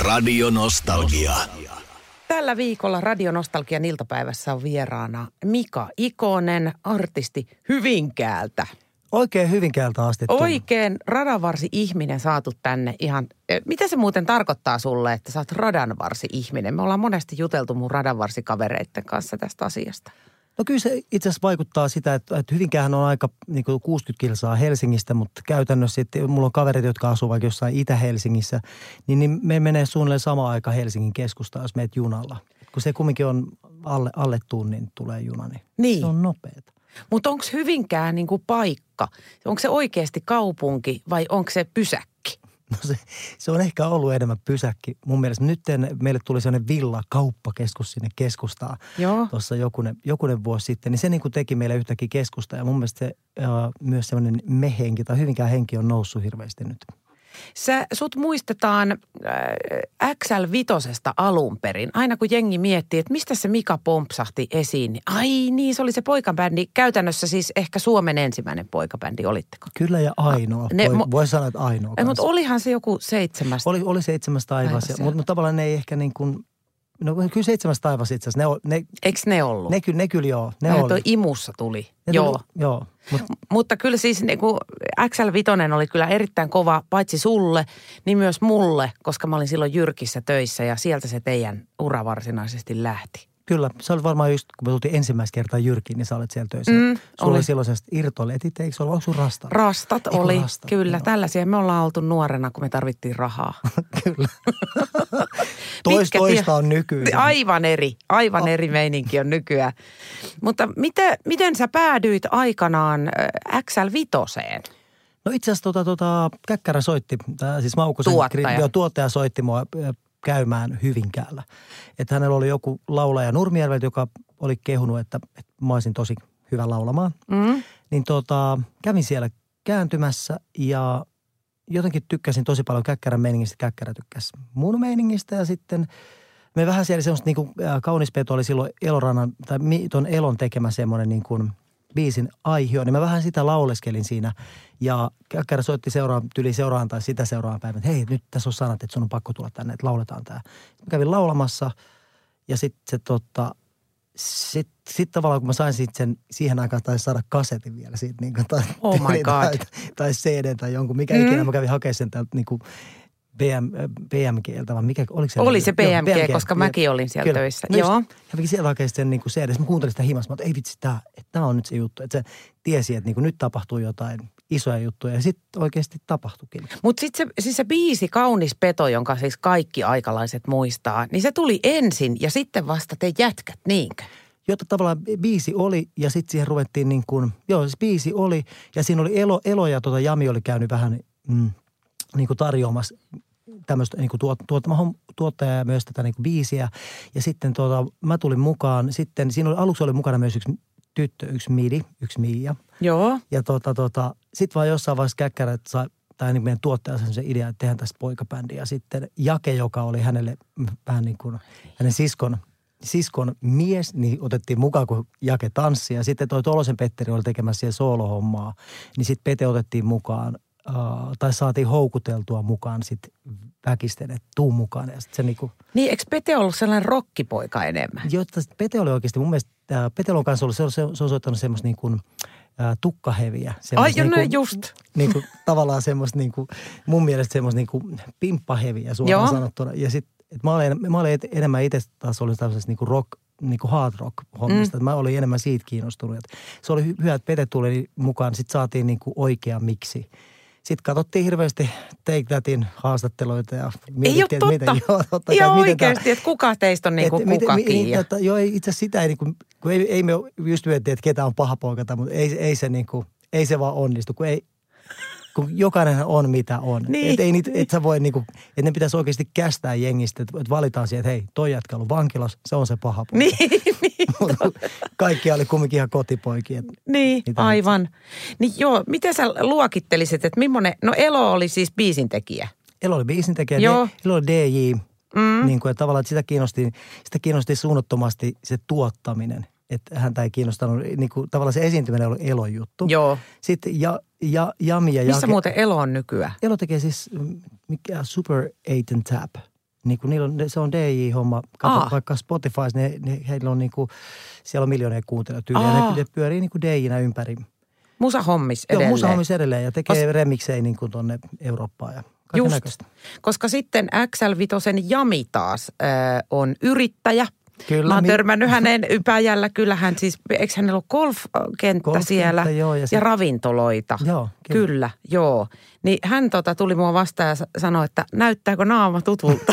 Radio Nostalgia. Tällä viikolla Radio Nostalgian iltapäivässä on vieraana Mika Ikonen, artisti Hyvinkäältä. Oikein Hyvinkäältä asti tullut. Oikein radanvarsi-ihminen saatu tänne ihan. Mitä se muuten tarkoittaa sulle, että sä oot radanvarsi-ihminen? Me ollaan monesti juteltu mun radanvarsikavereiden kanssa tästä asiasta. No kyllä se itse asiassa vaikuttaa sitä, että Hyvinkäähän on aika niin kuin 60 kilsaa Helsingistä, mutta käytännössä sitten mulla on kaverit, jotka asuu vaikka jossain Itä-Helsingissä, niin me menee suunnilleen sama aika Helsingin keskustaan, jos meet junalla. Kun se kumminkin on alle tunnin tulee juna, niin se on nopeeta. Mutta onko Hyvinkää niin kuin paikka? Onko se oikeasti kaupunki vai onko se pysäkki? No se on ehkä ollut enemmän pysäkki. Mun mielestä nyt meille tuli sellainen villa-kauppakeskus sinne keskustaan tuossa jokunen vuosi sitten. Niin se niin kuin teki meille yhtäkkiä keskusta ja mun mielestä se, myös sellainen me-henki tai Hyvinkään henki on noussut hirveästi nyt. Sut muistetaan XL5 alun perin. Aina kun jengi miettii, että mistä se Mika pompsahti esiin, niin ai niin, se oli se poikabändi. Käytännössä siis ehkä Suomen ensimmäinen poikabändi, olitteko? Kyllä ja ainoa. Voi sanoa, että ainoa. Mutta olihan se joku 7. Oli 7 taivas, mutta tavallaan ne ei ehkä niin kuin, no kyllä 7 taivas itse asiassa. Eikö ne ollut? Ne kyllä joo. Vähän toi Imussa tuli. Joo. Mutta kyllä siis niin kuin XL5 oli kyllä erittäin kova, paitsi sulle, niin myös mulle, koska mä olin silloin Jyrkissä töissä ja sieltä se teidän ura varsinaisesti lähti. Kyllä, se oli varmaan just, kun me tultiin ensimmäistä kertaa Jyrkiin, niin sä olet siellä töissä. Sulla oli silloin sellaiset irtoletit, eikö se ollut? Onko sun rastat? Rastat oli, kyllä. Joo. Tällaisia me ollaan oltu nuorena, kun me tarvittiin rahaa. Kyllä. Toista on nykyään. Aivan eri meininki on nykyään. Mutta miten sä päädyit aikanaan XL5:een? No itse asiassa Käkkärä soitti, siis Maukosen tuottaja soitti mua käymään Hyvinkäällä. Että hänellä oli joku laulaja Nurmijärveltä, joka oli kehunut, että mä olisin tosi hyvä laulamaan. Niin kävin siellä kääntymässä ja jotenkin tykkäsin tosi paljon Käkkärän meiningistä. Käkkärä tykkäsi mun meiningistä ja sitten me vähän siellä semmoista niin kuin Kaunis Peto oli silloin Elorannan tai ton Elon tekemä semmoinen niin kuin biisin aihio, niin mä vähän sitä lauleskelin siinä ja Käkkärä soitti seuraan tai sitä seuraavan päivän, että hei, nyt tässä on sanat, että sun on pakko tulla tänne, että lauletaan tää. Mä kävin laulamassa ja sitten sit tavallaan kun mä sain sen, siihen aikaan taisi saada kasetin vielä siitä, niin kuin, oh my god. Tai CD tai jonkun, mikä ikinä mä kävin hakemaan sen täältä niin kuin BMG:ltä, vai mikä, oliko se? Oli se BMG, koska mäkin olin siellä töissä. No joo. Kävikin sieltä hakemaan sen niin kuin CD, mä kuuntelin sitä himassa, mutta ei vitsi, tämä on nyt se juttu, että se tiesi, että niin kuin nyt tapahtuu jotain isoja juttuja ja sitten oikeasti tapahtuikin. Mutta sitten se biisi Kaunis Peto, jonka siis kaikki aikalaiset muistaa, niin se tuli ensin ja sitten vasta te jätkät, niinkö? Jotta tavallaan biisi oli ja sitten siihen ruvettiin niin kuin, se biisi oli ja siinä oli Elo ja Jami oli käynyt vähän niin kuin tarjoamassa tämmöistä niin kuin tuottaja ja myös tätä niin kuin biisiä. Ja sitten mä tulin mukaan, sitten siinä aluksi oli mukana myös yksi tyttö, yksi Miia. Joo. Ja sitten vaan jossain vaiheessa Käkkärä tai niin meidän tuottaja sai sen idea, että tehdään tästä poikabändiä. Ja sitten Jake, joka oli hänelle vähän niin kuin hänen siskon mies, niin otettiin mukaan, kun Jake tanssi. Ja sitten Tolosen Petteri oli tekemässä siellä soolohommaa, niin sitten Pete otettiin mukaan. Tai saatiin houkuteltua mukaan sitten väkisten, että tuu mukaan. Ja sit se Niin, eikö Pete ollut sellainen rokkipoika enemmän? Jotta Pete oli oikeasti, mun mielestä Petellä on kanssa ollut, se on soittanut semmoista niin kuin tukkaheviä. Ai, niin just. Niin kuin, tavallaan semmoista niin kuin, mun mielestä semmoista niin kuin pimppaheviä suoraan sanottuna. Ja sitten, mä olin enemmän itse taas olin tällaisessa niin kuin rock, niin kuin hard rock hommista. Mä olin enemmän siitä kiinnostunut. Se oli hyvä, että Pete tuli mukaan, sitten saatiin niin kuin oikea miksi. Sitten katsottiin hirveästi Take Thatin haastatteluita ja mietittiin, että miten... Joo, oikeasti, että kuka teistä on niin kuin kukakin. Joo, itse asiassa sitä ei niin kuin, kun ei me just miettiä, että ketä on paha poika, mutta ei se vaan onnistu, kun jokainen on mitä on. Niin. Että sä voi niinku, että ne pitäisi oikeasti kästää jengistä, että valitaan siihen, että hei, toi jätkä on vankilassa, se on se paha poika. Niin. Kaikki oli kumminkin ihan kotipoikia. Niin, aivan. Niin joo, miten sä luokittelisit, että millainen, no Elo oli siis biisintekijä. Elo oli biisintekijä, Elo oli DJ. Niin kuin, että tavallaan että sitä kiinnosti suunnattomasti se tuottaminen. Että häntä ei kiinnostanut, niin kuin, tavallaan se esiintyminen oli Elon juttu. Joo. Sitten Jami ja Missä muuten Elo on nykyään? Elo tekee siis Super 8 and Tap Niin kuin se on DJ-homma. Kato, vaikka Spotifys, heillä on niin kuin, siellä on miljoonia kuuntelijoita tyyliä. Ne pyörii niin kuin DJ-nä ympäri. Musahommis edelleen. Joo, musahommis edelleen ja tekee remiksejä niin kuin tuonne Eurooppaan ja kaikennäköistä. Koska sitten XL5 Jami taas on yrittäjä. Kyllä. Mä oon törmännyt hänen ypäjällä. Kyllähän siis, eikö hänellä ole golfkenttä siellä joo, ja ravintoloita? Joo. Kyllä, joo. Niin hän tuli mua vastaan ja sanoi, että näyttääkö naama tutulta?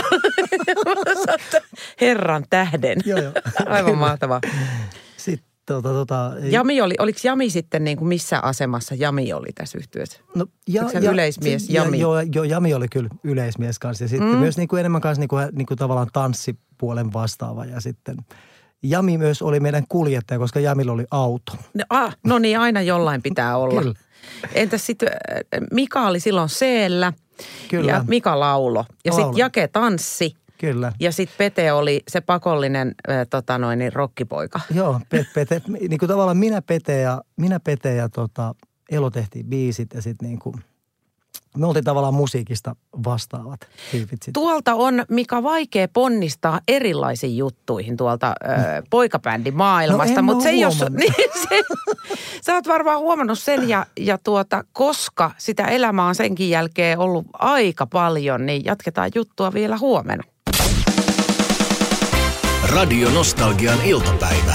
Herran tähden. Joo. Aivan mahtavaa. Sitten Jami oliko Jami sitten niin kuin missä asemassa Jami oli tässä yhtiössä? No, yleismies Jami? Joo, Jami oli kyllä yleismies kanssa ja sitten myös niin kuin enemmän kanssa niin kuin tavallaan tanssipuolen vastaava ja sitten Jami myös oli meidän kuljettaja, koska Jamilla oli auto. No niin, aina jollain pitää olla. Kyllä. Entäs sitten Mika oli silloin C-llä ja Mika laulo ja sitten Jake tanssi. Kyllä. Ja sitten Pete oli se pakollinen rokkipoika. Joo, Pete, niin kuin tavallaan minä Pete ja Elo tehtiin biisit ja sitten niin kuin me oltiin tavallaan musiikista vastaavat tyypit. Tuolta on, Mika, vaikea ponnistaa erilaisiin juttuihin tuolta poikabändimaailmasta. No mutta se ei ole, niin sä oot varmaan huomannut sen ja koska sitä elämää on senkin jälkeen ollut aika paljon, niin jatketaan juttua vielä huomenna. Radio Nostalgian iltapäivä.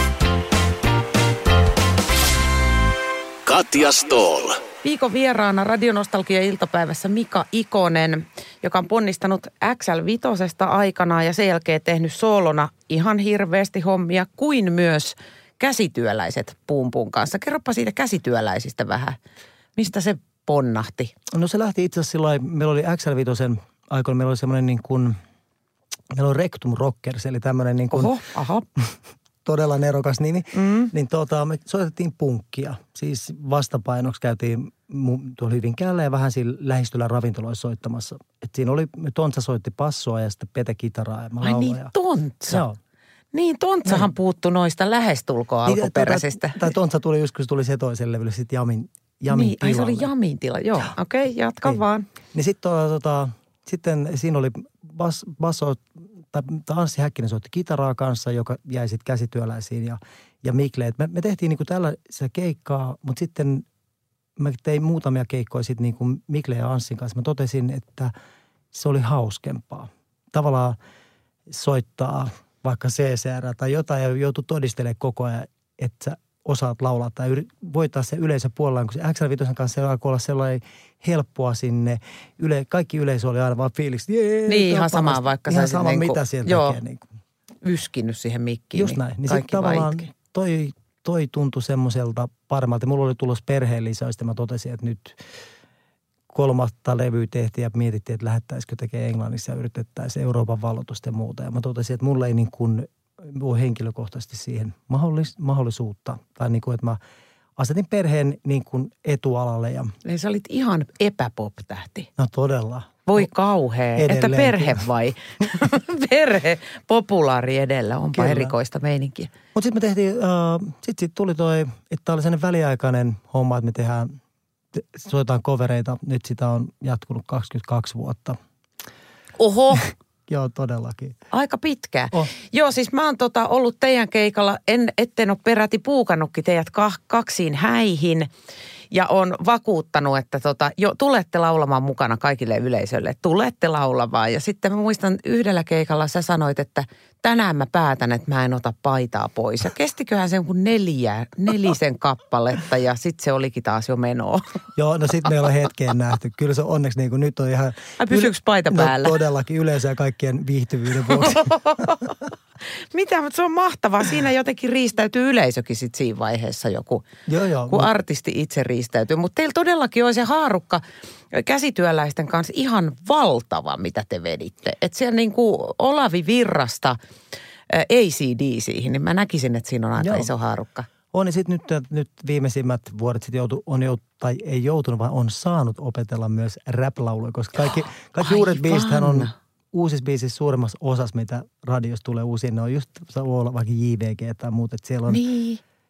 Katja Stoll. Viikon vieraana Radionostalgian iltapäivässä Mika Ikonen, joka on ponnistanut XL5 aikanaan ja sen jälkeen tehnyt soolona ihan hirveästi hommia, kuin myös käsityöläiset Pumpun kanssa. Kerropa siitä käsityöläisistä vähän. Mistä se ponnahti? No se lähti itse asiassa silloin, meillä oli XL5 aikoina, meillä oli semmoinen niin kuin, meillä on Rectum Rockers, eli tämmöinen niin kuin todella nerokas nimi. Niin me soitettiin punkkia. Siis vastapainoksi käytiin tuolla Hyvinkäällä ja vähän siinä lähistöllä ravintoloissa soittamassa. Et siinä oli, Tontsa soitti passoa ja sitten Pete kitaraa ja mä lauloin. Ai niin, Tontsa. Joo. Niin, Tontsahan puuttui noista lähestulkoon alkuperäisistä. Tai Tontsa tuli just, kun se tuli se toiselle levylle sitten Jamin tilalle. Ai se oli Jamin tila, joo. Okei, jatka vaan. Niin sitten siinä oli basso, tai Anssi Häkkinen soitti kitaraa kanssa, joka jäi sitten käsityöläisiin ja Mikle. Me tehtiin niinku tällaisia keikkaa, mutta sitten mä tein muutamia keikkoja sitten niinku Mikle ja Anssin kanssa. Mä totesin, että se oli hauskempaa. Tavallaan soittaa vaikka CCR tai jotain ja joutuu todistelemaan koko ajan, että sä osaat laulaa tai voittaa se yleisö puolellaan, kun se XL5 kanssa se alkoi olla sellainen helppoa sinne. Kaikki yleisö oli aina vaan fiiliksi. Niin, ihan sama, vaikka ihan sama, mitä sieltä tekee. Niin yskinyt siihen mikkiin. Just näin. Niin sitten tavallaan toi tuntui semmoiselta paremmalta. Mulla oli tulossa perheen lisäystä. Mä totesin, että nyt 3. levyä tehtiin ja mietittiin, että lähettäisikö tekemään Englannissa ja yritettäisiin Euroopan valloitusta ja muuta. Ja mä totesin, että mulla ei niin kuin ole henkilökohtaisesti siihen mahdollisuutta. Tai niin kuin, että mä asetin perheen niin kuin etualalle. Eli sä olit ihan epäpop-tähti. No todella. Voi kauhea. Että perhe vai? Perhe populaari edellä. Onpa kyllä erikoista meininkiä. Mutta sitten me tehtiin, sitten tuli että tämä oli sellainen väliaikainen homma, että me soitaan covereita. Nyt sitä on jatkunut 22 vuotta. Oho! Joo, todellakin. Aika pitkä. Joo, siis mä oon ollut teidän keikalla, etten ole peräti puukannutkin teidät kaksiin häihin. Ja on vakuuttanut, että tulette laulamaan mukana kaikille yleisölle. Tulette laulamaan. Ja sitten mä muistan yhdellä keikalla sä sanoit, että tänään mä päätän, että mä en ota paitaa pois. Ja kestiköhän se kuin 4 kappaletta ja sitten se olikin taas jo menoa. Joo, no sitten me ollaan hetkeen nähty. Kyllä se onneksi niin kuin nyt on ihan... Pysyykö paita päällä? No todellakin yleensä ja kaikkien viihtyvyyden vuoksi. Mitä, mutta se on mahtavaa. Siinä jotenkin riistäytyy yleisökin sitten siinä vaiheessa joku. Joo. Kun artisti itse riistäytyy. Mutta teillä todellakin on se haarukka käsityöläisten kanssa ihan valtava, mitä te veditte. Että siellä niin kuin Olavi Virrasta ACDC:ihin, niin mä näkisin, että siinä on aika iso haarukka. On, ja sitten nyt viimeisimmät vuodet sitten ei joutunut, vaan on saanut opetella myös rap-lauluja, koska kaikki uudet biisithän on uusissa biisissä suurimmassa osassa, mitä radiossa tulee uusia. Ne on just vaikka JVG tai muut, että siellä on... Niin.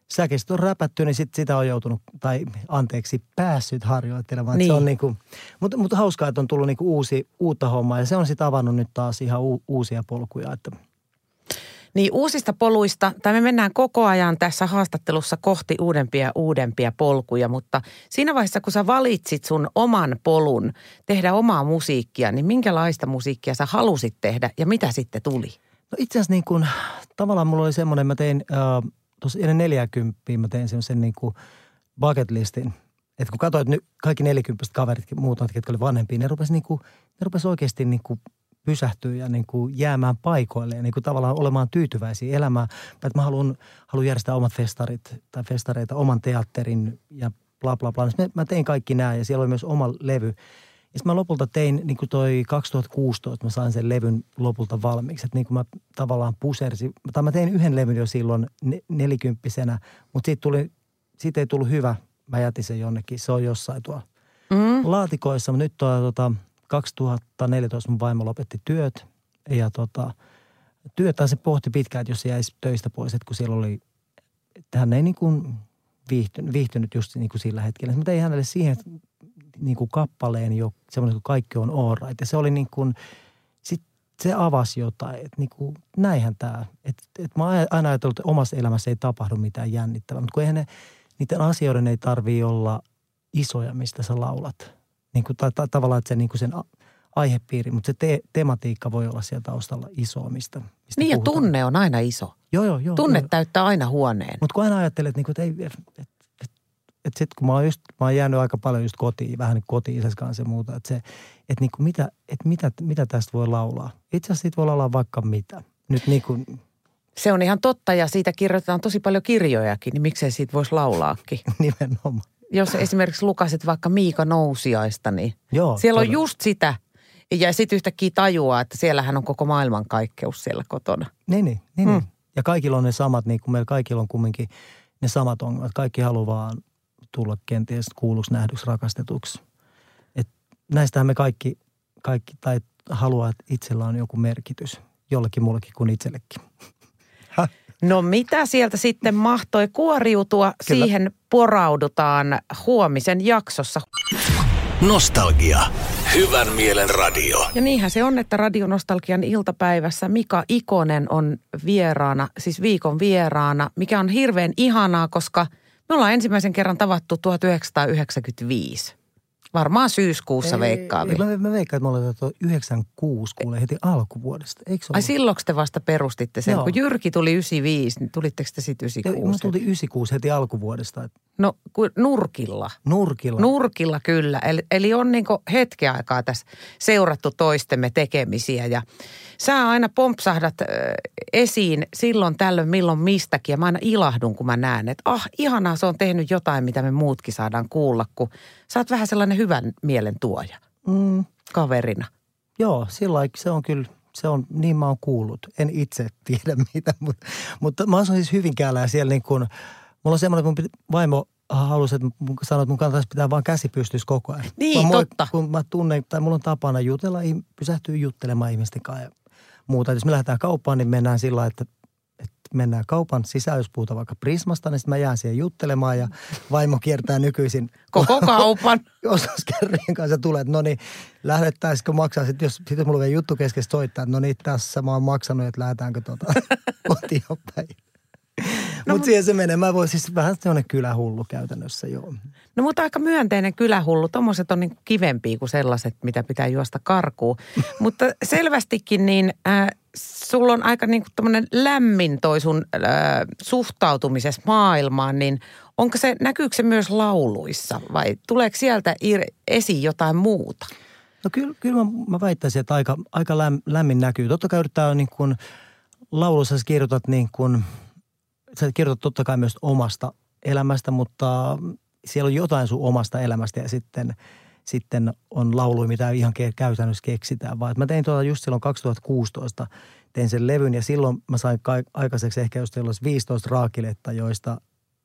säkeistä on räpätty, niin sitä on joutunut, tai anteeksi, päässyt harjoittelemaan. Niin. Se on niinku, mutta hauskaa, että on tullut niinku uutta hommaa ja se on sitten avannut nyt taas ihan uusia polkuja. Että. Niin uusista poluista, tai me mennään koko ajan tässä haastattelussa kohti uudempia polkuja, mutta siinä vaiheessa, kun sä valitsit sun oman polun tehdä omaa musiikkia, niin minkälaista musiikkia sä halusit tehdä ja mitä sitten tuli? No itse asiassa niin kuin, tavallaan mulla oli semmoinen, mä tein tuossa ennen 40 mä tein semmoisen niin kuin bucket listin. Että kun katsoit nyt kaikki 40 kaverit, muutamat, ketkä oli vanhempia, ne rupesi oikeasti niin kuin pysähtyä ja niin kuin jäämään paikoille ja niin kuin tavallaan olemaan tyytyväisiä elämään. Että mä haluan järjestää omat festareita, oman teatterin ja bla bla bla. Mä tein kaikki nämä ja siellä oli myös oma levy. Ja sitten mä lopulta tein, niin kuin toi 2016, mä sain sen levyn lopulta valmiiksi. Että niin kuin mä tavallaan pusersin, tai mä tein yhden levyn jo silloin 40-vuotiaana, mutta siitä ei tullut hyvä. Mä jätin sen jonnekin, se on jossain tuolla laatikoissa. Mutta nyt 2014 mun vaimo lopetti työt ja työtä se pohti pitkään, että jos se jäisi töistä pois, että kun siellä oli, että hän ei niin kuin viihtynyt just niin kuin sillä hetkellä. Mä tein hänelle siihen niin kuin kappaleen jo semmoinen, kun kaikki on all right. Ja se oli niin kuin, sit se avasi jotain, että niin kuin näinhän tämä, että mä oon aina ajatellut, että omassa elämässä ei tapahdu mitään jännittävää, mutta kun eihän niiden asioiden ei tarvitse olla isoja, mistä sä laulat. Niin kuin tavallaan, että se niin kuin sen aihepiiri, mutta se tematiikka voi olla siellä taustalla isoa, mistä niin puhutaan. Ja tunne on aina iso. Joo. Tunne täyttää aina huoneen. Mutta kun aina ajattelet, että sitten kun mä oon jäänyt aika paljon just kotiin, vähän niin koti-isäs kanssa ja muuta, että niin kuin mitä tästä voi laulaa. Itse asiassa siitä voi laulaa vaikka mitä. Nyt niin kuin. Se on ihan totta ja siitä kirjoitetaan tosi paljon kirjojakin, niin miksei siitä voisi laulaakin. Nimenomaan. Jos esimerkiksi lukasit vaikka Miika Nousiaista, niin joo, siellä on just sitä. Ja sitten yhtäkkiä tajuaa, että siellähän on koko maailmankaikkeus siellä kotona. Niin. Ja kaikilla on ne samat, niin kuin meillä kaikilla on kumminkin ne samat ongelmat. Kaikki haluaa vaan tulla kenties kuulluksi, nähdyksi, rakastetuksi. Et näistähän me kaikki tai haluaa, että itsellä on joku merkitys. Jollekin muullekin kuin itsellekin. No mitä sieltä sitten mahtoi kuoriutua? Kyllä. Siihen poraudutaan huomisen jaksossa. Nostalgia. Hyvän mielen radio. Ja niinhän se on, että Radionostalgian iltapäivässä Mika Ikonen on vieraana, siis viikon vieraana, mikä on hirveän ihanaa, koska me ollaan ensimmäisen kerran tavattu 1995. Varmaan syyskuussa veikkaavi. Mä veikkaan, että me ollaan 96 kuulee heti alkuvuodesta. Eikö se Ai silloin te vasta perustitte sen. Joo. Kun Jyrki tuli 95, niin tulitteko te sitten 96? Mä tulin 96 heti alkuvuodesta. No nurkilla. Nurkilla kyllä. Eli on niinku hetken aikaa tässä seurattu toistemme tekemisiä. Ja sä aina pompsahdat esiin silloin tällöin milloin mistäkin. Ja mä aina ilahdun, kun mä näen, että ihanaa se on tehnyt jotain, mitä me muutkin saadaan kuulla, kun sä oot vähän sellainen hyvän mielen tuoja kaverina. Joo, sillä se on kyllä, niin mä oon kuullut. En itse tiedä mitä, mutta mä asun siis Hyvinkäällä ja siellä niin kuin, mulla on semmoinen, että mun vaimo halusi, että sanoi, että mun kannattaisi pitää vaan käsi pystyisi koko ajan. Niin, totta. Kun mä tunnen, tai mulla on tapana jutella, pysähtyy juttelemaan ihmisten kanssa ja muuta. Jos me lähdetään kauppaan, niin mennään sillä että mennään kaupan sisään, jos puhutaan vaikka Prismasta, niin sitten mä jään siihen juttelemaan ja vaimo kiertää nykyisin. Koko kaupan. Ostoskärrien kanssa tulee, että no niin, lähdettäisikö maksaa. Sitten jos mulla on vielä juttu kesken soittaa, että no niin, tässä mä oon maksanut, että lähdetäänkö kotiin päin. Mutta siihen se menee. Mä voin siis vähän sellainen kylähullu käytännössä, joo. No mutta aika myönteinen kylähullu. Tommoset on niin kivempiä kuin sellaiset, mitä pitää juosta karkuun. Mutta selvästikin niin sulla on aika niin kuin tommoinen lämmin toi sun suhtautumisessa maailmaan, niin näkyykö se myös lauluissa vai tuleeko sieltä esiin jotain muuta? No kyllä mä väittäisin, että aika lämmin näkyy. Totta kai yrittää niin kuin lauluissa sä kirjoitat niin kuin, sä kirjoitat totta kai myös omasta elämästä, mutta siellä on jotain sun omasta elämästä ja sitten on lauluja, mitä ihan käytännössä keksitään. Vaan mä tein just silloin 2016, tein sen levyn ja silloin mä sain aikaiseksi ehkä just 15 raakiletta, joista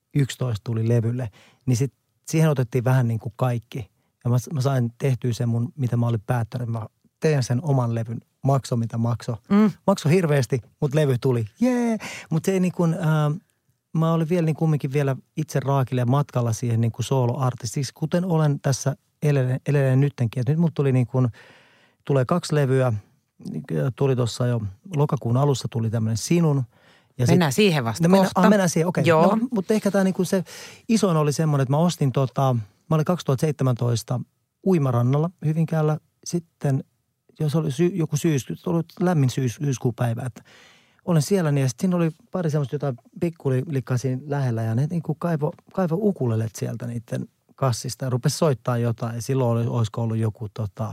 11 tuli levylle. Niin siihen otettiin vähän niin kuin kaikki. Ja mä sain tehtyä sen mitä mä olin päättänyt. Mä tein sen oman levyn. Makso mitä makso. Makso hirveästi, mutta levy tuli. Jee! Mutta se ei niin kuin, mä olin vielä niin kumminkin vielä itse raakille ja matkalla siihen niin kuin solo-artistiksi, kuten olen tässä edelleen nyttenkin. Et nyt mulla tuli niin kuin, tulee 2 levyä, tuli tuossa jo lokakuun alussa tuli tämmöinen Sinun. Ja mennään siihen vasta kohta. Mennään siihen, okei. Joo. No, mutta ehkä tämä niin kuin se isoin oli semmoinen, että mä ostin mä olin 2017 Uimarannalla Hyvinkäällä. Sitten, jos oli joku oli lämmin syyskuun päivä, että olen siellä, niin ja sitten siinä oli pari semmoista jotain pikkulikkaa siinä lähellä ja ne niin kuin kaivo ukulelet sieltä niiden kassista ja rupesi soittaa jotain. Ja silloin olisiko ollut joku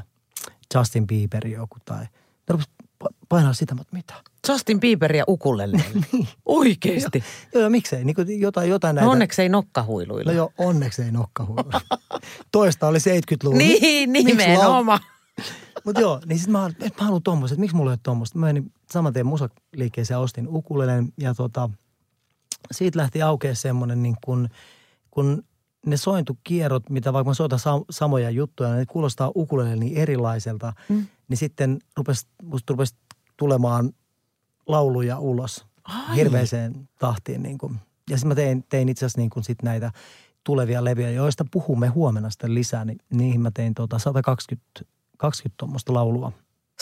Justin Bieber joku tai ne rupesi painaa sitä, mutta mitä? Justin Bieber ja ukulele. Niin. Oikeesti? Joo, miksei? Niin kuin jotain näitä. No onneksi ei nokkahuiluilla. No joo, onneksi ei nokkahuiluilla. Toista oli 70-luvun. Niin, nimenomaan. Mutta joo, niin sitten mä haluan tommoista, että miksi mulla ei ole tommoista. Mä menin saman tien musaliikkeeseen ja ostin ukulelen ja siitä lähti aukeaa semmoinen niin kun ne sointukierrot, mitä vaikka mä soitan samoja juttuja, ne kuulostaa ukulelelle niin erilaiselta, niin sitten musta rupesi tulemaan lauluja ulos hirveäseen tahtiin. Niin kuin. Ja sitten mä tein itse asiassa niin kuin sit näitä tulevia levyjä, joista puhumme huomenna sitten lisää, niin niihin mä tein 120 tuommoista laulua.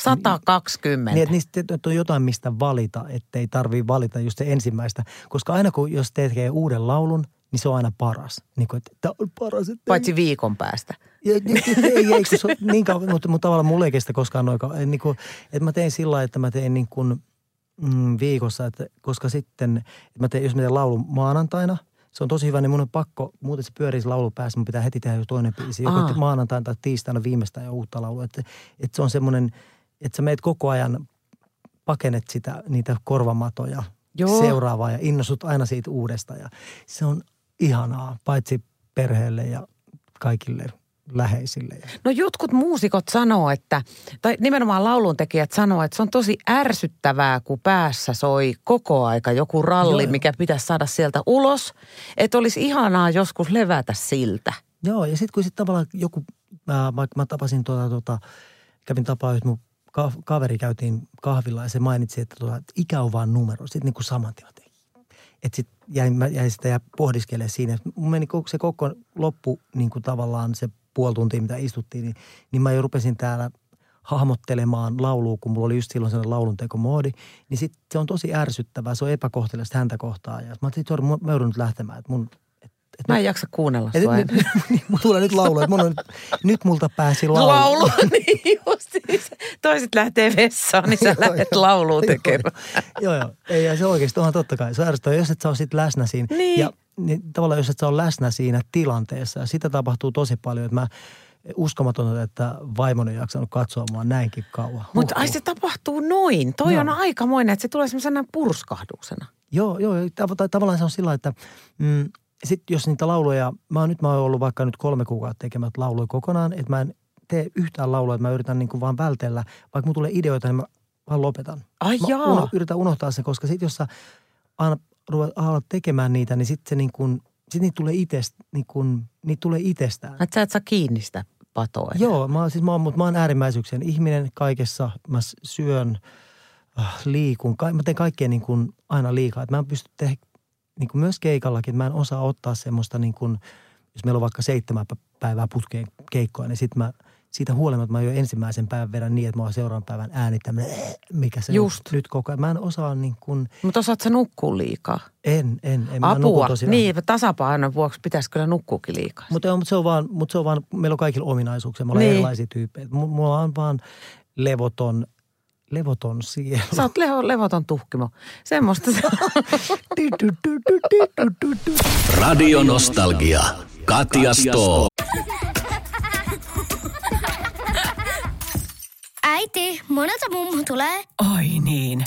120. Niin, että niistä on jotain, mistä valita, ettei tarvii valita just se ensimmäistä. Koska aina jos tekee uuden laulun, niin se on aina paras. Niin kuin, että tämä on paras. Paitsi viikon päästä. Ei, kun se on niin kauan, mutta tavallaan mulla ei kestä koskaan noin kauan. Niin että mä tein sillä lailla, että mä tein niin kuin viikossa, että koska sitten, että jos mä teen laulun maanantaina, se on tosi hyvä, niin mun on pakko, muuten se pyörii se laulu päässä, mun pitää heti tehdä jo toinen biisi. Joko maanantaina tai tiistaina viimeistään jo uutta laulua. Että se on semmoinen, että sä meet koko ajan, pakenet niitä korvamatoja seuraavaa ja innostut aina siitä uudesta. Ja se on ihanaa, paitsi perheelle ja kaikille läheisille. No jotkut muusikot sanoo, tai nimenomaan lauluntekijät sanoo, että se on tosi ärsyttävää, kun päässä soi koko aika joku ralli, mikä pitäisi saada sieltä ulos. Että olisi ihanaa joskus levätä siltä. Joo, ja sitten kun tavallaan joku, vaikka mä tapasin kävin tapaa, että mun kaveri käytiin kahvilla ja se mainitsi, että ikä on vaan numero. Sitten niin kuin saman tien. Että sitten jäin sitä ja pohdiskelemaan siinä. Mun meni se koko loppu niin kuin tavallaan se puoli tuntia, mitä istuttiin, niin mä jo rupesin täällä hahmottelemaan laulua, kun mulla oli just silloin sellainen lauluntekomoodi. Niin sitten se on tosi ärsyttävää, se on epäkohteliasta häntä kohtaan. Ja mä ajattelin, että mä joudun nyt lähtemään, että mä en jaksa kuunnella sua. Mulla tulee nyt laulu, että nyt multa pääsi laulu. Laulu, niin justiinsa. Toiset lähtee vessaan, niin sä lähdet laulua tekemään. Joo. Ei, se oikeasti onhan totta kai. Se on ärsyttävää, jos et sä ole sit läsnä siinä. Niin. Ja niin, tavallaan jos et sä ole läsnä siinä tilanteessa. Ja sitä tapahtuu tosi paljon, että mä uskomatonta, että vaimoni on jaksanut katsoa mua näinkin kauan. Mutta ai se tapahtuu noin. Toi on aikamoinen, että se tulee semmoisena purskahduksena. Joo. Tavallaan se on sillä, että sitten jos niitä lauluja, mä oon ollut vaikka nyt 3 kuukautta tekemät lauluja kokonaan, että mä en tee yhtään laulua, että mä yritän niin kuin vaan vältellä. Vaikka mun tulee ideoita, niin mä vaan lopetan. Yritän unohtaa se, koska sitten jos sä alat tekemään niitä, niin sitten se niin kuin, niitä tulee itsestään. Että sä et saa kiinni sitä patoa. Joo, mä oon äärimmäisyyksien ihminen kaikessa. Mä syön, liikun, mä teen kaikkea niin kuin aina liikaa. Että mä en pysty tehdä niin kuin myös keikallakin, että mä en osaa ottaa semmoista niin kuin, jos meillä on vaikka 7 päivää putkeen keikkoja, niin sitten mä siitä huolimatta mä jo ensimmäisen päivän vedän niin, että mä oon seuraavan päivän äänittämään, mikä se on nyt koko ajan. Mä en osaa niin kuin. Mutta osaat sä nukkua liikaa? En. Apua, niin tasapainon vuoksi pitäisi kyllä nukkuukin liikaa. Mutta se on vaan, meillä on kaikilla ominaisuuksia, me ollaan erilaisia tyyppejä. Mulla on vaan levoton sielu. Sä oot levoton tuhkimo. Semmoista se on. Radio Nostalgia. Katja Stoo. Äiti, monelta mummu tulee? Oi niin.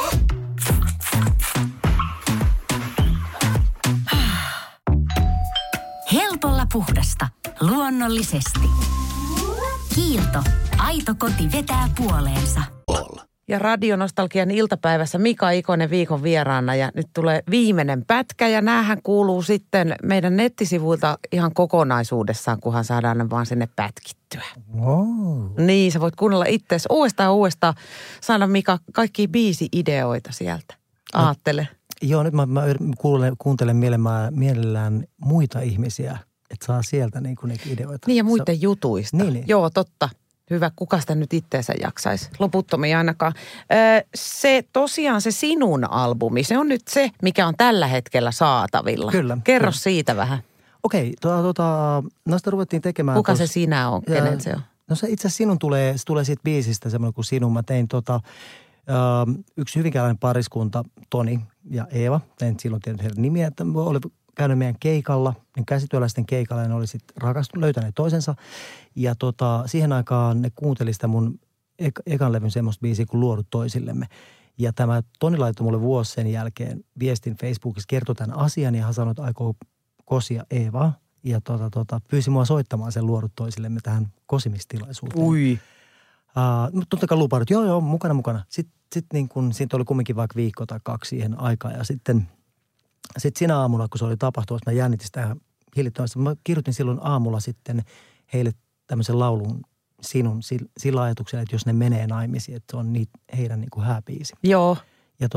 Helpolla puhdasta. Luonnollisesti. Kiilto. Aito koti vetää puoleensa. Ja Radionostalgian iltapäivässä Mika Ikonen viikon vieraana ja nyt tulee viimeinen pätkä ja näähän kuuluu sitten meidän nettisivuilta ihan kokonaisuudessaan, kunhan saadaan ne vaan sinne pätkittyä. Wow. Niin, sä voit kuunnella itseäsi uudestaan, saada Mika kaikkia biisi-ideoita sieltä. Aattele. Joo, nyt mä kuuntelen mielellään muita ihmisiä, että saa sieltä niin kuin niitä ideoita. Niin ja muiden jutuista. Niin. Joo, totta. Hyvä, kuka sitä nyt itteensä jaksaisi? Loputtomia ainakaan. Se tosiaan se sinun albumi, se on nyt se, mikä on tällä hetkellä saatavilla. Kyllä. Kerro siitä vähän. Okei, noista ruvettiin tekemään. Kuka se sinä on? Kenen se on? No se itse asiassa se tulee siitä biisistä semmoinen kuin sinun. Mä tein yksi hyvinkääläinen pariskunta, Toni ja Eeva. En silloin tiennyt heidän nimiä, että oli käynyt meidän keikalla, niin käsityöläisten keikalla, ja ne oli sitten löytäneet toisensa. Ja siihen aikaan ne kuunteli sitä mun ekan levyn semmoista biisiä kuin Luodut toisillemme. Ja tämä Toni laittoi mulle vuosi sen jälkeen viestin Facebookissa, kertoi tämän asian, ja hän sanoi, että aikoo kosia Eevaa. Ja pyysi mua soittamaan sen Luodut toisillemme tähän kosimistilaisuuteen. Ui. Mutta totta kai lupaudut, joo, mukana. Sitten niin kun, siitä oli kumminkin vaikka viikko tai 2 siihen aikaan. Ja sitten siinä aamulla, kun se oli tapahtumassa, mä jännitin sitä hillittömästi. Mä kirjoitin silloin aamulla sitten heille tämmöisen laulun sinun sillä ajatuksella, että jos ne menee naimisiin, että se on heidän niin kuin hääbiisi. Joo. Ja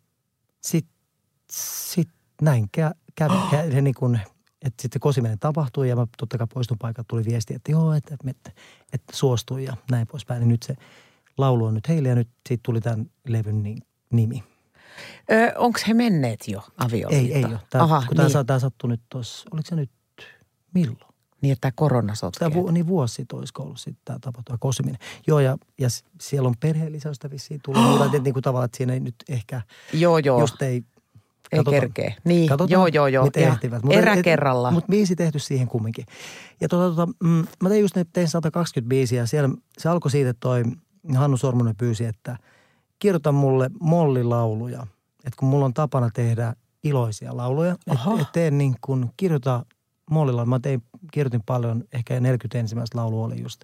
sit näin kävi niin kuin, että sitten kosiminen tapahtui ja mä totta kai poistun paikalta, tuli viesti, että joo, että suostui ja näin poispäin. Niin nyt se laulu on nyt heille ja nyt siitä tuli tämän levyn nimi. Onko he menneet jo avioliittoon? Ei ole. Tämä sattui nyt tuossa, oliko se nyt milloin? Niin, että tämä korona sotkee. Niin vuosi sitten olisiko ollut sitten tämä tapahtuva kosiminen. Joo, ja siellä on perheellisäystä vissiin tullut. Muuta, niin kuin tavallaan, että siinä ei nyt ehkä, joo. just ei kerkee. Niin, joo. Miten ehtivät. Erä kerrallaan. Mutta biisi tehty siihen kumminkin. Ja mä tein 120 biisiä. Siellä se alkoi siitä, että toi Hannu Sormunen pyysi, että kirjoita mulle mollilauluja. Että kun mulla on tapana tehdä iloisia lauluja, että teen niin kuin kirjoita mollilla. Mä kirjoitin paljon, ehkä 41. laulu oli just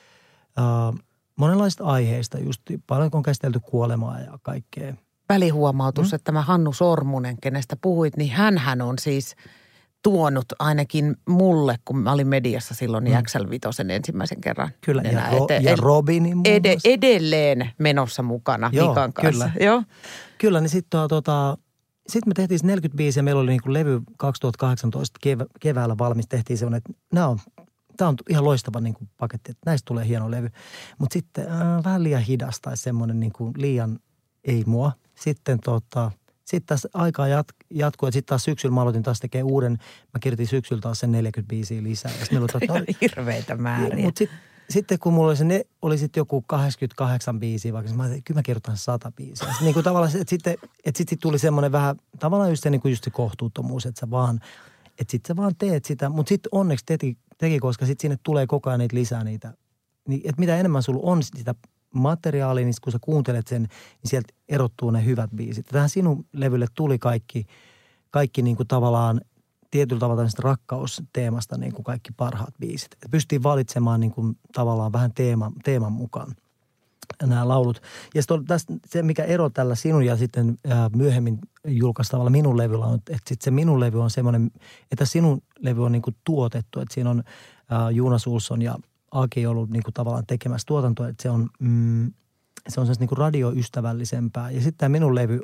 monenlaista aiheista, just paljon kun on käsitelty kuolemaa ja kaikkea. Välihuomautus, että tämä Hannu Sormunen, kenestä puhuit, niin hänhän on siis tuonut ainakin mulle, kun mä olin mediassa silloin, niin XL5 ensimmäisen kerran. Kyllä, ja Robinin edelleen menossa mukana Mikan kanssa. Joo. Kyllä, niin sitten sitten me tehtiin 45 ja meillä oli niin kuin levy 2018 keväällä valmis. Tehtiin semmoinen, että tämä on ihan loistava niin kuin paketti, että näistä tulee hieno levy. Mutta sitten vähän liian hidas tai semmoinen niin kuin liian ei mua. Sitten tässä aikaa jatkuu, että sitten taas syksyllä mä aloitin taas tekemään uuden. Mä kirjoitin syksyllä taas sen 45 lisää. Ihan hirveitä määriä. Mutta sitten kun mulla oli sitten joku 88 biisiä, vaikka mä ajattelin, kyllä mä kirjoitan 100 biisiä. Sitten niin kuin tavallaan, että sitten tuli semmoinen vähän, tavallaan just se, niin kuin just se kohtuuttomuus, että sä vaan teet sitä. Mutta sitten onneksi teki, koska sitten sinne tulee koko ajan niitä lisää niitä. Niin, että mitä enemmän sulla on sitä materiaalia, niin kun sä kuuntelet sen, niin sieltä erottuu ne hyvät biisit. Tähän sinun levylle tuli kaikki niin kuin tavallaan tietyllä tavalla tämmöistä rakkausteemasta niin kuin kaikki parhaat biisit. Et pystyttiin valitsemaan niin kuin tavallaan vähän teeman mukaan nämä laulut. Ja se, mikä ero tällä sinun ja sitten myöhemmin julkaistavalla minun levyllä on, että sitten se minun levy on semmoinen, että sinun levy on niin kuin tuotettu. Että siinä on Jonas Olsson ja Aki ollut niin kuin tavallaan tekemässä tuotantoa, että se on semmoista niin kuin radioystävällisempää. Ja sitten tämä minun levy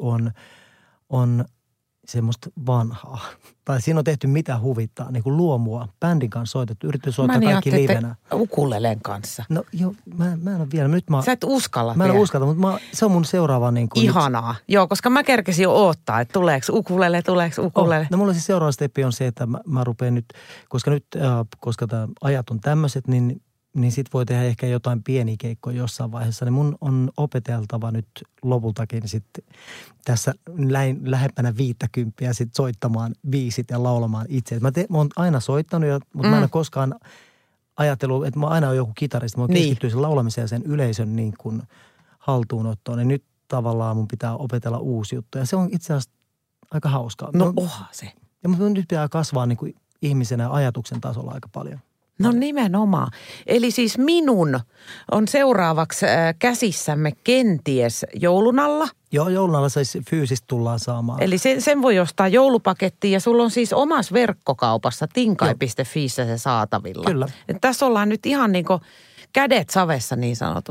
on semmoista vanhaa. Tai siinä on tehty mitä huvittaa, niin kuin luomua. Bändin kanssa soitettu, yritetty soittaa kaikki livenä. Ukulelen kanssa. No joo, mä en ole vielä. Sä et uskalla Mä en uskalla, mutta se on mun seuraava niin kuin. Ihanaa. Nyt. Joo, koska mä kerkesin jo odottaa, että tuleeko ukulele. No mulla siis seuraava steppi on se, että mä rupean nyt, koska tämä ajat on tämmöiset, niin sit voi tehdä ehkä jotain pieniä keikkoja jossain vaiheessa. Niin mun on opeteltava nyt lopultakin sitten tässä lähempänä 50 sit soittamaan biisit ja laulamaan itse. Mä oon aina soittanut, mutta mä en ole koskaan ajatellut, että mä aina olen joku kitaristi. Mä oon keskittynyt sen laulamiseen ja sen yleisön niin kuin haltuunottoon. Niin nyt tavallaan mun pitää opetella uusi juttu. Ja se on itse asiassa aika hauskaa. No oha se. Ja mun nyt pitää kasvaa niin kuin ihmisenä ajatuksen tasolla aika paljon. No nimenomaan. Eli siis minun on seuraavaksi käsissämme kenties joulun alla. Joo, joulun alla siis fyysisesti tullaan saamaan. Eli sen voi ostaa joulupakettiin ja sulla on siis omassa verkkokaupassa tinkai.fiissä se saatavilla. Kyllä. Et tässä ollaan nyt ihan niin kuin kädet savessa niin sanotusti.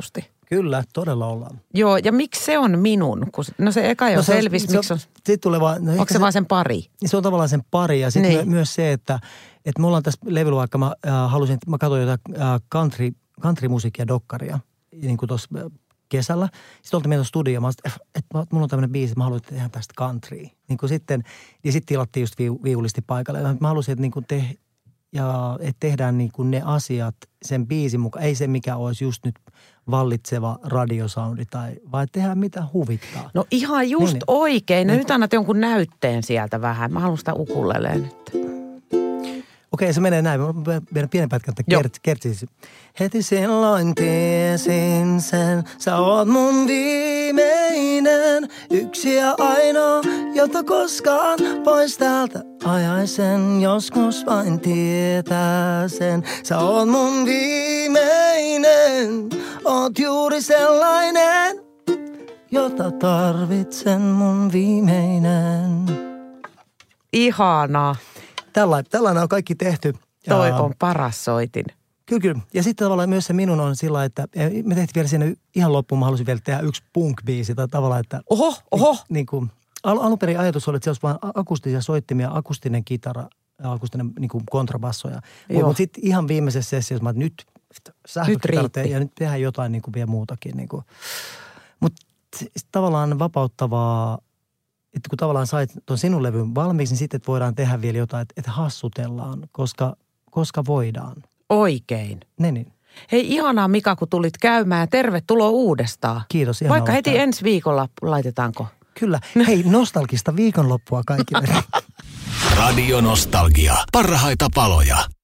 Kyllä, todella ollaan. Joo, ja miksi se on minun? No se eka jo selvisi, miksi on... Onko se vaan sen pari? Se on tavallaan sen pari ja sitten myös se, että me ollaan tässä levyllä, vaikka mä katsoin jotain country-musiikkia, dokkaria, niin kuin tuossa kesällä. Sitten oltiin meidän studioon, että mulla on tämmöinen biisi, että mä haluaisin tehdä tästä countrya. Niin kuin sitten tilattiin just viulisti paikalle. Mä haluaisin, että niin kuin että tehdään niin kuin ne asiat sen biisin mukaan. Ei se, mikä olisi just nyt vallitseva radiosoundi vai tehdään mitä huvittaa. No ihan just oikein. No nyt annat jonkun näytteen sieltä vähän. Mä haluan sitä ukulelea nyt. Okei, se menee näin. Meidän pienen pätkän, että kertsisi. Heti silloin tiesin sen, sä oot mun viimeinen, yksi ja ainoa, jota koskaan pois täältä ajaisen. Joskus vain tietää sen, sä oot mun viimeinen, oot juuri sellainen, jota tarvitsen, mun viimeinen. Ihanaa. Tällainen on kaikki tehty. Toi on paras soitin. Kyllä. Ja sitten tavallaan myös se minun on sillä, että me tehtiin vielä siinä ihan loppuun, mä halusin vielä tehdä yksi punk-biisi tai tavallaan, että... Oho! Niin kuin, alun perin ajatus oli, että se olisi vain akustisia soittimia, akustinen kitara, akustinen niin kuin kontrabassoja. Mutta sitten ihan viimeisessä sessiossa mä, että nyt sähkökitarat ja nyt tehdään jotain niin kuin vielä muutakin. Niin mutta tavallaan vapauttavaa, että kun tavallaan sait tuon sinun levyn valmiiksi, niin sitten voidaan tehdä vielä jotain, että hassutellaan, koska voidaan. Oikein. Niin. Hei, ihanaa Mika, kun tulit käymään ja tervetuloa uudestaan. Kiitos. Vaikka heti ensi viikolla laitetaanko? Kyllä. Hei, nostalgista viikonloppua kaikille. Radio Nostalgia. Parhaita paloja.